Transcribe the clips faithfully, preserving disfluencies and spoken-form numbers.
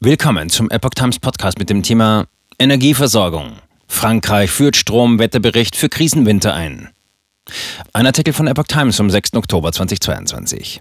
Willkommen zum Epoch Times Podcast mit dem Thema Energieversorgung. Frankreich führt Stromwetterbericht für Krisenwinter ein. Ein Artikel von Epoch Times vom sechsten Oktober zweitausendzweiundzwanzig.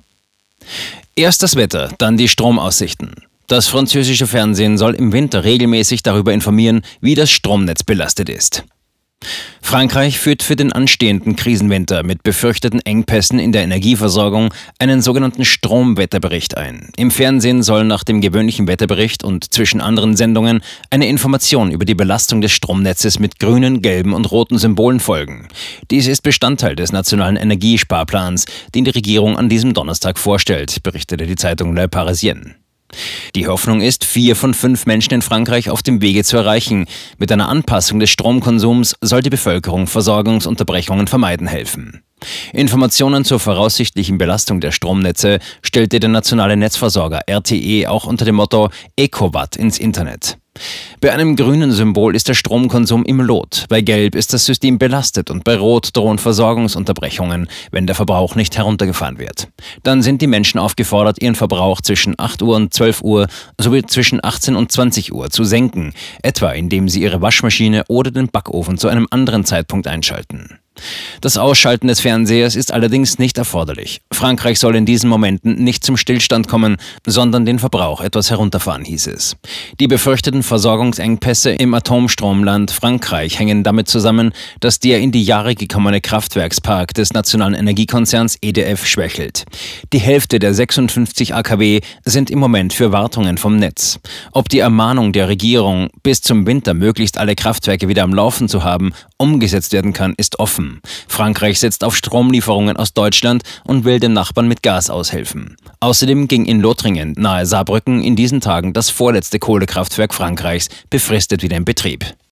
Erst das Wetter, dann die Stromaussichten. Das französische Fernsehen soll im Winter regelmäßig darüber informieren, wie das Stromnetz belastet ist. Frankreich führt für den anstehenden Krisenwinter mit befürchteten Engpässen in der Energieversorgung einen sogenannten Stromwetterbericht ein. Im Fernsehen soll nach dem gewöhnlichen Wetterbericht und zwischen anderen Sendungen eine Information über die Belastung des Stromnetzes mit grünen, gelben und roten Symbolen folgen. Dies ist Bestandteil des nationalen Energiesparplans, den die Regierung an diesem Donnerstag vorstellt, berichtete die Zeitung Le Parisien. Die Hoffnung ist, vier von fünf Menschen in Frankreich auf dem Wege zu erreichen. Mit einer Anpassung des Stromkonsums soll die Bevölkerung Versorgungsunterbrechungen vermeiden helfen. Informationen zur voraussichtlichen Belastung der Stromnetze stellte der nationale Netzversorger R T E auch unter dem Motto EcoWatt ins Internet. Bei einem grünen Symbol ist der Stromkonsum im Lot, bei Gelb ist das System belastet und bei Rot drohen Versorgungsunterbrechungen, wenn der Verbrauch nicht heruntergefahren wird. Dann sind die Menschen aufgefordert, ihren Verbrauch zwischen acht Uhr und zwölf Uhr sowie zwischen achtzehn und zwanzig Uhr zu senken, etwa indem sie ihre Waschmaschine oder den Backofen zu einem anderen Zeitpunkt einschalten. Das Ausschalten des Fernsehers ist allerdings nicht erforderlich. Frankreich soll in diesen Momenten nicht zum Stillstand kommen, sondern den Verbrauch etwas herunterfahren, hieß es. Die befürchteten Versorgungsengpässe im Atomstromland Frankreich hängen damit zusammen, dass der in die Jahre gekommene Kraftwerkspark des nationalen Energiekonzerns E D F schwächelt. Die Hälfte der sechsundfünfzig A K W sind im Moment für Wartungen vom Netz. Ob die Ermahnung der Regierung, bis zum Winter möglichst alle Kraftwerke wieder am Laufen zu haben, umgesetzt werden kann, ist offen. Frankreich setzt auf Stromlieferungen aus Deutschland und will den Nachbarn mit Gas aushelfen. Außerdem ging in Lothringen nahe Saarbrücken in diesen Tagen das vorletzte Kohlekraftwerk Frankreichs befristet wieder in Betrieb.